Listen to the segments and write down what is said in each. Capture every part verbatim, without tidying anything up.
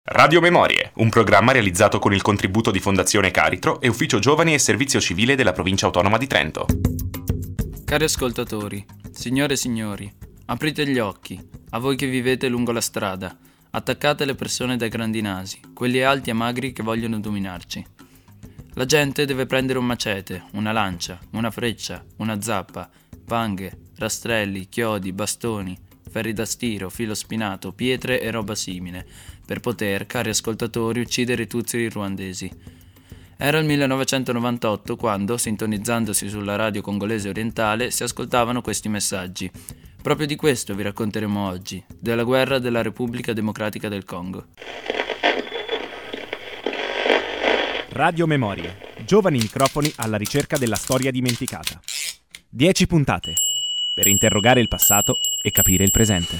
Radio Memorie, un programma realizzato con il contributo di Fondazione Caritro e Ufficio Giovani e Servizio Civile della Provincia Autonoma di Trento. Cari ascoltatori, signore e signori, aprite gli occhi, a voi che vivete lungo la strada, attaccate le persone dai grandi nasi, quelli alti e magri che vogliono dominarci. La gente deve prendere un macete, una lancia, una freccia, una zappa, vanghe, rastrelli, chiodi, bastoni, ferri da stiro, filo spinato, pietre e roba simile, per poter, cari ascoltatori, uccidere i tuzzeri ruandesi. Era il millenovecentonovantotto quando, sintonizzandosi sulla radio congolese orientale, si ascoltavano questi messaggi. Proprio di questo vi racconteremo oggi, della guerra della Repubblica Democratica del Congo. Radio Memorie, giovani microfoni alla ricerca della storia dimenticata. Dieci puntate, per interrogare il passato e capire il presente.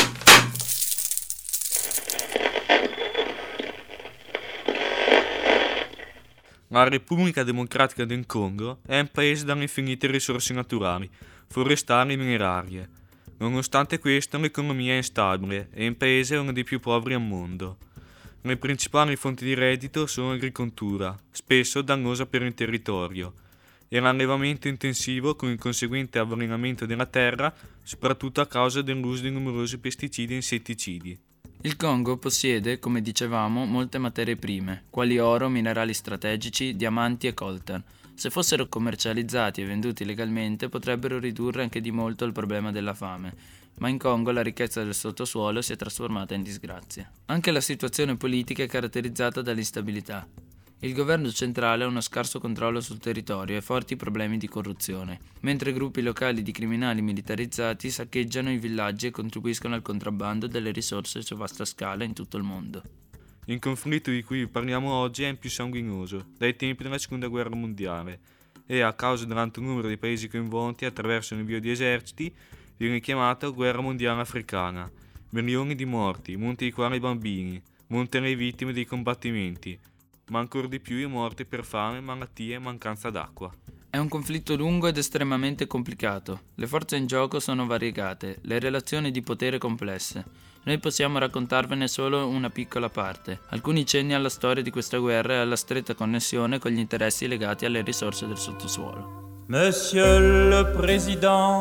La Repubblica Democratica del Congo è un paese dalle infinite risorse naturali, forestali e minerarie. Nonostante questo, l'economia è instabile e il paese è uno dei più poveri al mondo. Le principali fonti di reddito sono l'agricoltura, spesso dannosa per il territorio, e l'allevamento intensivo con il conseguente avvelenamento della terra, soprattutto a causa dell'uso di numerosi pesticidi e insetticidi. Il Congo possiede, come dicevamo, molte materie prime, quali oro, minerali strategici, diamanti e coltan. Se fossero commercializzati e venduti legalmente potrebbero ridurre anche di molto il problema della fame, ma in Congo la ricchezza del sottosuolo si è trasformata in disgrazia. Anche la situazione politica è caratterizzata dall'instabilità. Il governo centrale ha uno scarso controllo sul territorio e forti problemi di corruzione, mentre gruppi locali di criminali militarizzati saccheggiano i villaggi e contribuiscono al contrabbando delle risorse su vasta scala in tutto il mondo. Il conflitto di cui parliamo oggi è il più sanguinoso dai tempi della Seconda Guerra Mondiale e, a causa dell'alto numero di paesi coinvolti attraverso l'invio di eserciti, viene chiamata Guerra Mondiale Africana. Milioni di morti, molti dei quali bambini, molte le vittime dei combattimenti, ma ancora di più i morti per fame, malattie e mancanza d'acqua. È un conflitto lungo ed estremamente complicato. Le forze in gioco sono variegate, le relazioni di potere complesse. Noi possiamo raccontarvene solo una piccola parte. Alcuni cenni alla storia di questa guerra e alla stretta connessione con gli interessi legati alle risorse del sottosuolo. Monsieur le Président,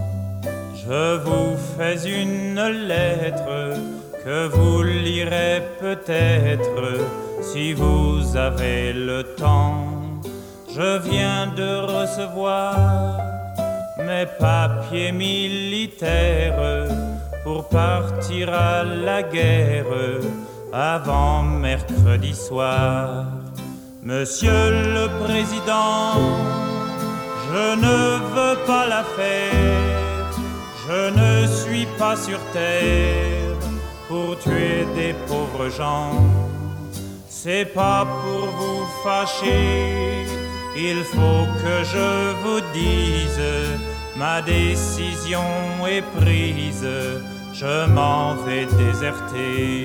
je vous fais une lettre que vous lirez peut-être si vous avez le temps. Je viens de recevoir mes papiers militaires pour partir à la guerre avant mercredi soir. Monsieur le Président, je ne veux pas la faire, je ne suis pas sur terre pour tuer des pauvres gens. C'est pas pour vous fâcher, il faut que je vous dise, ma décision est prise, je m'en vais déserter.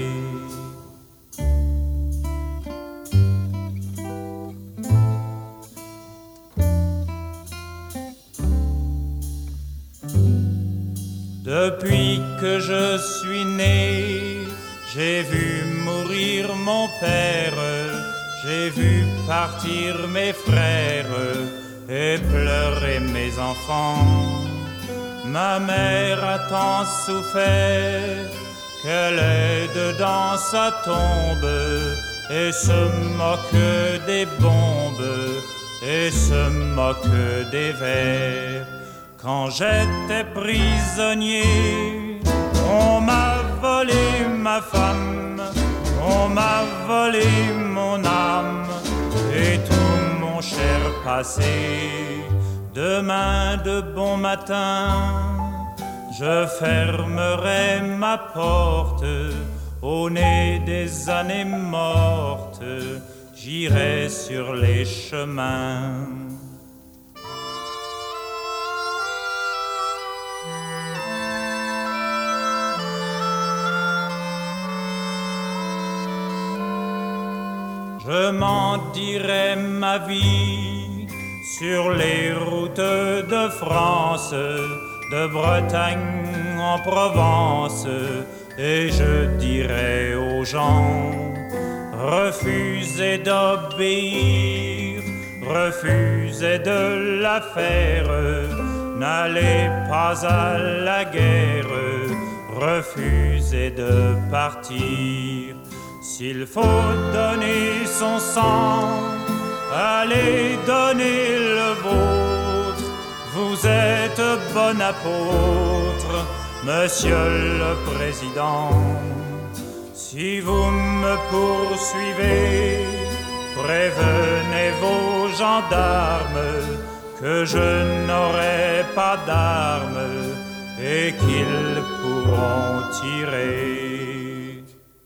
Depuis que je suis né, j'ai vu mourir mon père, j'ai vu partir mes frères et pleurer mes enfants. Ma mère a tant souffert qu'elle est dedans sa tombe et se moque des bombes et se moque des vers. Quand j'étais prisonnier, on m'a volé ma femme, on m'a volé mon âme et tout mon cher passé. Demain de bon matin, je fermerai ma porte au nez des années mortes, j'irai sur les chemins. Je m'en dirai ma vie sur les routes de France, de Bretagne en Provence, et je dirai aux gens, refusez d'obéir, refusez de la faire, n'allez pas à la guerre, refusez de partir. S'il faut donner son sang, allez donner le vôtre. Vous êtes bon apôtre, Monsieur le Président. Si vous me poursuivez, prévenez vos gendarmes que je n'aurai pas d'armes et qu'ils pourront tirer.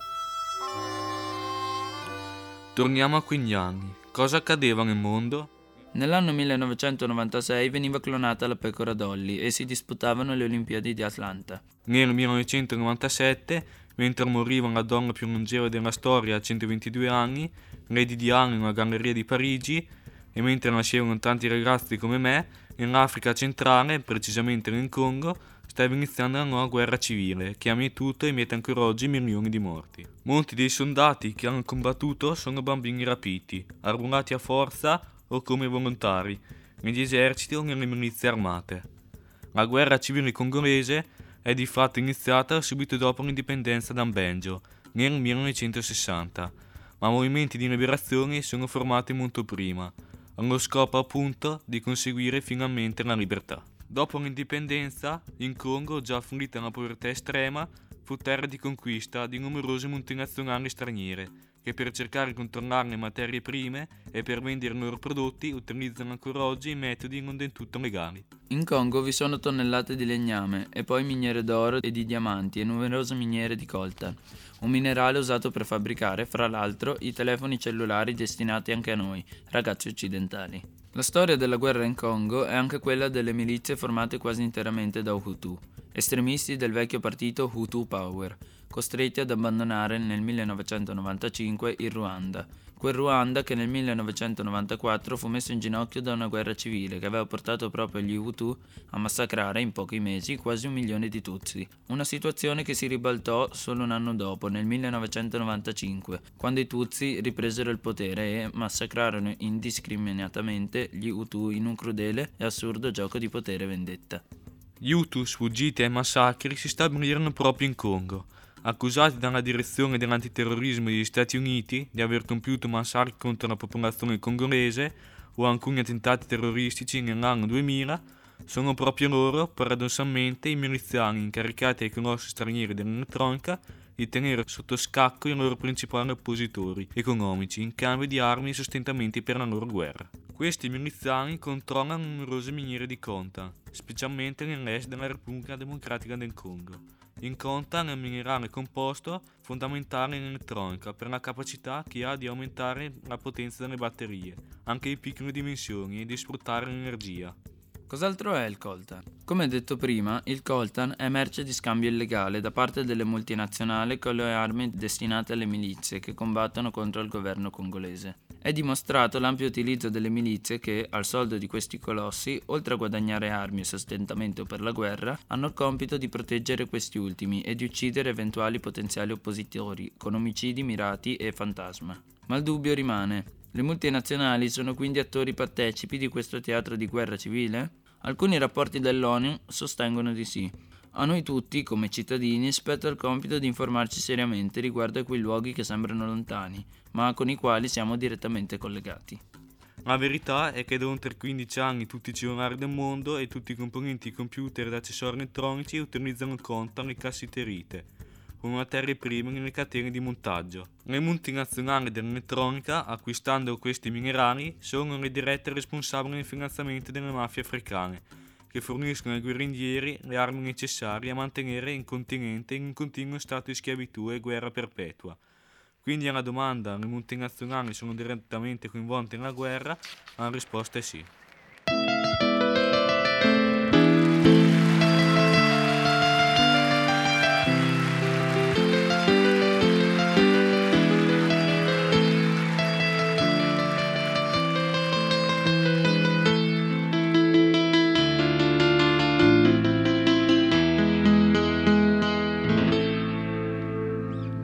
Torniamo a quegli anni. Cosa accadeva nel mondo? Nell'anno millenovecentonovantasei veniva clonata la pecora Dolly e si disputavano le Olimpiadi di Atlanta. Nel millenovecentonovantasette, mentre moriva la donna più longeva della storia a centoventidue anni, Lady Diana in una galleria di Parigi, e mentre nascevano tanti ragazzi come me, nell'Africa centrale, precisamente nel Congo, stava iniziando la nuova guerra civile, che ha mietuto e miete ancora oggi milioni di morti. Molti dei soldati che hanno combattuto sono bambini rapiti, arruolati a forza o come volontari, negli eserciti o nelle milizie armate. La guerra civile congolese è di fatto iniziata subito dopo l'indipendenza da Mbengio, nel millenovecentosessanta, ma movimenti di liberazione sono formati molto prima, allo scopo appunto di conseguire finalmente la libertà. Dopo l'indipendenza, in Congo, già afflitta da una povertà estrema, fu terra di conquista di numerose multinazionali straniere, che per cercare di contornare le materie prime e per vendere i loro prodotti utilizzano ancora oggi metodi non del tutto legali. In Congo vi sono tonnellate di legname e poi miniere d'oro e di diamanti e numerose miniere di coltan, un minerale usato per fabbricare, fra l'altro, i telefoni cellulari destinati anche a noi, ragazzi occidentali. La storia della guerra in Congo è anche quella delle milizie formate quasi interamente da Hutu, estremisti del vecchio partito Hutu Power, costretti ad abbandonare nel millenovecentonovantacinque il Ruanda, quel Ruanda che nel millenovecentonovantaquattro fu messo in ginocchio da una guerra civile che aveva portato proprio gli Hutu a massacrare in pochi mesi quasi un milione di Tutsi, una situazione che si ribaltò solo un anno dopo, nel millenovecentonovantacinque, quando i Tutsi ripresero il potere e massacrarono indiscriminatamente gli Hutu in un crudele e assurdo gioco di potere e vendetta. Gli Hutu sfuggiti ai massacri si stabilirono proprio in Congo, accusati dalla direzione dell'antiterrorismo degli Stati Uniti di aver compiuto massacri contro la popolazione congolese o alcuni attentati terroristici nell'anno duemila, sono proprio loro, paradossalmente, i miliziani incaricati ai colossi stranieri dell'elettronica di tenere sotto scacco i loro principali oppositori economici in cambio di armi e sostentamenti per la loro guerra. Questi miliziani controllano numerose miniere di coltan, specialmente nell'est della Repubblica Democratica del Congo. Il coltan è un minerale composto fondamentale in elettronica per la capacità che ha di aumentare la potenza delle batterie, anche di piccole dimensioni, e di sfruttare l'energia. Cos'altro è il coltan? Come detto prima, il coltan è merce di scambio illegale da parte delle multinazionali con le armi destinate alle milizie che combattono contro il governo congolese. È dimostrato l'ampio utilizzo delle milizie che, al soldo di questi colossi, oltre a guadagnare armi e sostentamento per la guerra, hanno il compito di proteggere questi ultimi e di uccidere eventuali potenziali oppositori con omicidi mirati e fantasma. Ma il dubbio rimane. Le multinazionali sono quindi attori partecipi di questo teatro di guerra civile? Alcuni rapporti dell'ONU sostengono di sì. A noi tutti, come cittadini, spetta il compito di informarci seriamente riguardo a quei luoghi che sembrano lontani, ma con i quali siamo direttamente collegati. La verità è che da oltre quindici anni tutti i cellulari del mondo e tutti i componenti computer ed accessori elettronici utilizzano coltan e cassiterite, con materie prime nelle catene di montaggio. Le multinazionali dell'elettronica, acquistando questi minerali, sono le dirette responsabili del finanziamento delle mafie africane, che forniscono ai guerriglieri le armi necessarie a mantenere il continente in un continuo stato di schiavitù e guerra perpetua. Quindi alla domanda le multinazionali sono direttamente coinvolte nella guerra, la risposta è sì.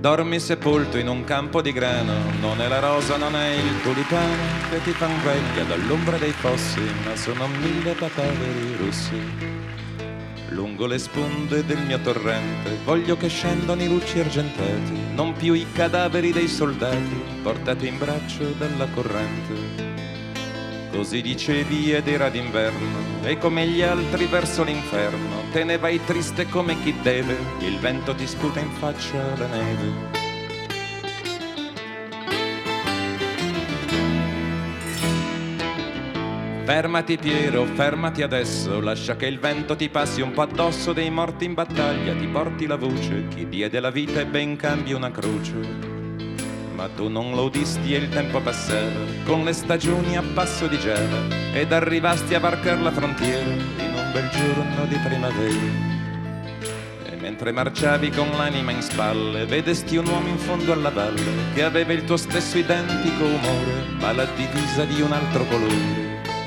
Dormi sepolto in un campo di grano, non è la rosa, non è il tulipano che ti fan veglia dall'ombra dei fossi, ma sono mille papaveri rossi. Lungo le sponde del mio torrente voglio che scendano i lucci argentati, non più i cadaveri dei soldati portati in braccio dalla corrente. Così dicevi ed era d'inverno, e come gli altri verso l'inferno te ne vai triste come chi deve, il vento ti sputa in faccia la neve. Fermati Piero, fermati adesso, lascia che il vento ti passi un po' addosso, dei morti in battaglia ti porti la voce, chi diede la vita ebbe in cambio una croce. Ma tu non lo udisti e il tempo passava, con le stagioni a passo di gela, ed arrivasti a varcar la frontiera in un bel giorno di primavera. E mentre marciavi con l'anima in spalle, vedesti un uomo in fondo alla valle, che aveva il tuo stesso identico umore, ma la divisa di un altro colore.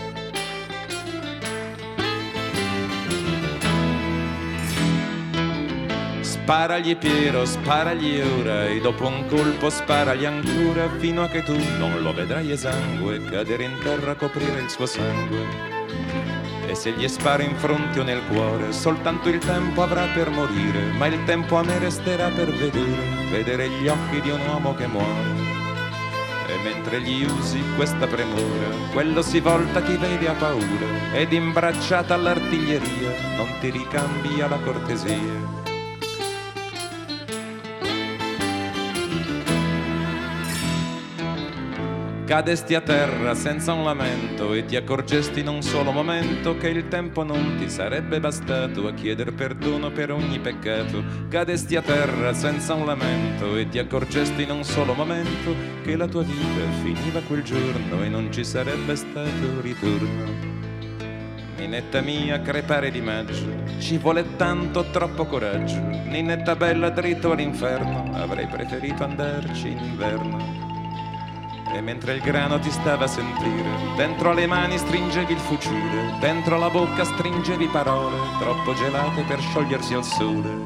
Sparagli Piero, sparagli ora, e dopo un colpo sparagli ancora, fino a che tu non lo vedrai esangue cadere in terra a coprire il suo sangue. E se gli spari in fronte o nel cuore, soltanto il tempo avrà per morire, ma il tempo a me resterà per vedere, vedere gli occhi di un uomo che muore. E mentre gli usi questa premura, quello si volta, ti vede a paura, ed imbracciata all'artiglieria non ti ricambia la cortesia. Cadesti a terra senza un lamento e ti accorgesti in un solo momento che il tempo non ti sarebbe bastato a chieder perdono per ogni peccato. Cadesti a terra senza un lamento e ti accorgesti in un solo momento che la tua vita finiva quel giorno e non ci sarebbe stato ritorno. Ninetta mia, crepare di maggio, ci vuole tanto, troppo coraggio. Ninetta bella, dritto all'inferno, avrei preferito andarci in inverno. E mentre il grano ti stava a sentire, dentro le mani stringevi il fucile, dentro la bocca stringevi parole troppo gelate per sciogliersi al sole.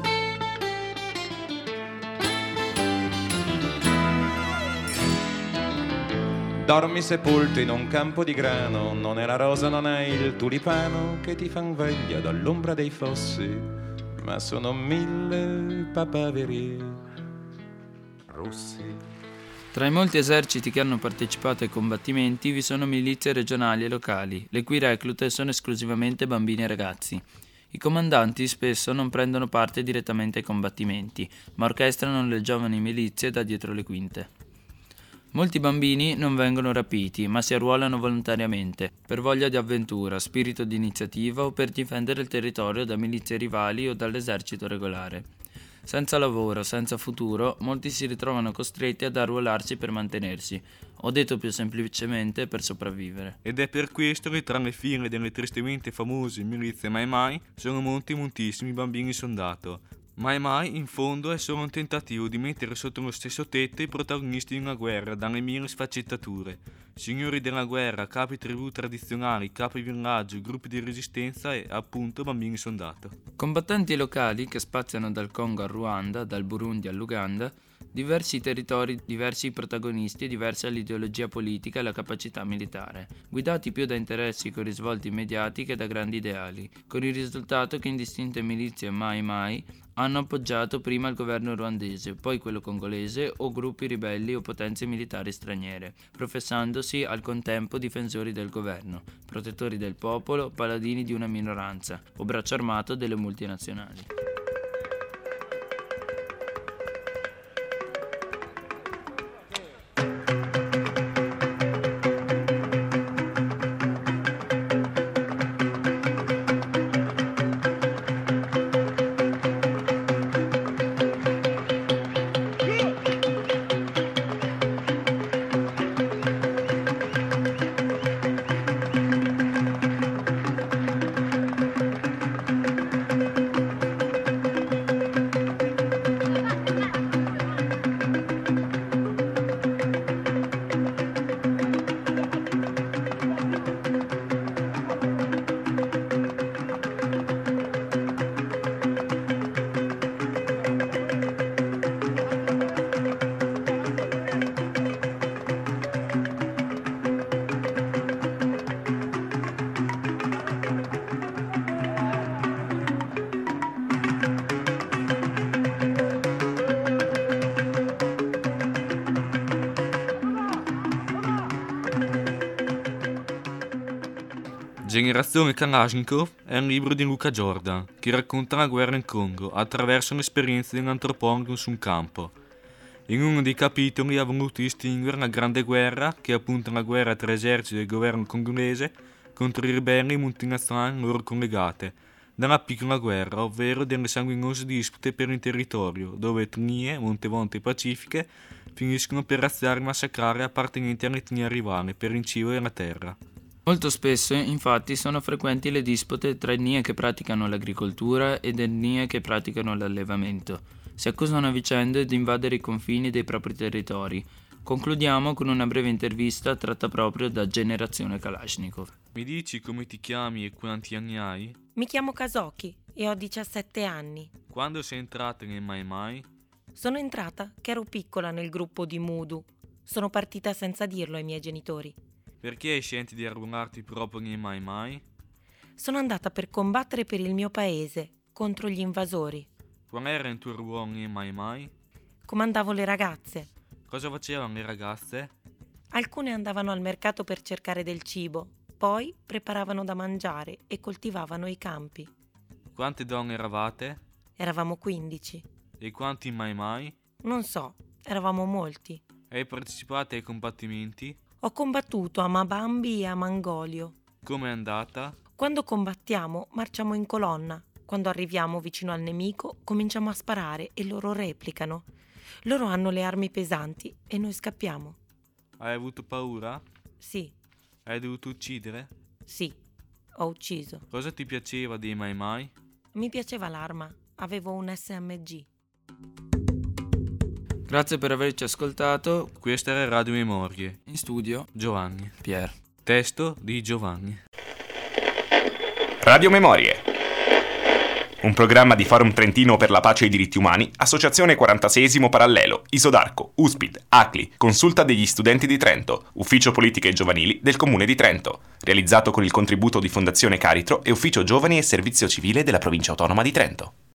Dormi sepolto in un campo di grano, non è la rosa, non è il tulipano che ti fan veglia dall'ombra dei fossi, ma sono mille papaveri rossi. Tra i molti eserciti che hanno partecipato ai combattimenti vi sono milizie regionali e locali, le cui reclute sono esclusivamente bambini e ragazzi. I comandanti spesso non prendono parte direttamente ai combattimenti, ma orchestrano le giovani milizie da dietro le quinte. Molti bambini non vengono rapiti, ma si arruolano volontariamente, per voglia di avventura, spirito di iniziativa o per difendere il territorio da milizie rivali o dall'esercito regolare. Senza lavoro, senza futuro, molti si ritrovano costretti ad arruolarsi per mantenersi, o detto più semplicemente per sopravvivere. Ed è per questo che tra le file delle tristemente famose milizie Mai Mai sono molti moltissimi bambini soldato. Mai Mai, in fondo, è solo un tentativo di mettere sotto lo stesso tetto i protagonisti di una guerra dalle mille sfaccettature. Signori della guerra, capi tribù tradizionali, capi villaggio, gruppi di resistenza e, appunto, bambini soldato. Combattenti locali che spaziano dal Congo al Ruanda, dal Burundi all'Uganda, diversi territori, diversi protagonisti e diversa l'ideologia politica e la capacità militare, guidati più da interessi con risvolti immediati che da grandi ideali, con il risultato che indistinte milizie Mai Mai hanno appoggiato prima il governo ruandese, poi quello congolese o gruppi ribelli o potenze militari straniere, professandosi al contempo difensori del governo, protettori del popolo, paladini di una minoranza o braccio armato delle multinazionali. Generazione Kalashnikov è un libro di Luca Jordan che racconta la guerra in Congo attraverso l'esperienza di un antropologo su un campo. In uno dei capitoli ha voluto distinguere la Grande Guerra, che è appunto la guerra tra esercito e governo congolese contro i ribelli multinazionali loro collegate, dalla piccola guerra, ovvero delle sanguinose dispute per il territorio, dove etnie, molte volte pacifiche, finiscono per razziare e massacrare appartenenti all'etnia rivale per il cibo e la terra. Molto spesso, infatti, sono frequenti le dispute tra etnie che praticano l'agricoltura ed etnie che praticano l'allevamento. Si accusano a vicenda di invadere i confini dei propri territori. Concludiamo con una breve intervista tratta proprio da Generazione Kalashnikov. Mi dici come ti chiami e quanti anni hai? Mi chiamo Kazoki e ho diciassette anni. Quando sei entrata nel Mai Mai? Sono entrata che ero piccola nel gruppo di Mudu. Sono partita senza dirlo ai miei genitori. Perché hai scelto di arruolarti proprio nel Mai Mai? Sono andata per combattere per il mio paese, contro gli invasori. Qual era il tuo ruolo nel Mai Mai? Comandavo le ragazze. Cosa facevano le ragazze? Alcune andavano al mercato per cercare del cibo, poi preparavano da mangiare e coltivavano i campi. Quante donne eravate? Eravamo quindici. E quanti Mai Mai? Non so, eravamo molti. Hai partecipato ai combattimenti? Ho combattuto a Mabambi e a Mangolio. Com'è andata? Quando combattiamo, marciamo in colonna. Quando arriviamo vicino al nemico, cominciamo a sparare e loro replicano. Loro hanno le armi pesanti e noi scappiamo. Hai avuto paura? Sì. Hai dovuto uccidere? Sì, ho ucciso. Cosa ti piaceva dei Mai Mai? Mi piaceva l'arma. Avevo un S M G. Grazie per averci ascoltato. Questa era Radio Memorie. In studio, Giovanni. Pier. Testo di Giovanni. Radio Memorie. Un programma di Forum Trentino per la pace e i diritti umani, Associazione quarantasei Parallelo, Isodarco, Uspid, A C L I, Consulta degli Studenti di Trento, Ufficio Politiche Giovanili del Comune di Trento, realizzato con il contributo di Fondazione Caritro e Ufficio Giovani e Servizio Civile della Provincia Autonoma di Trento.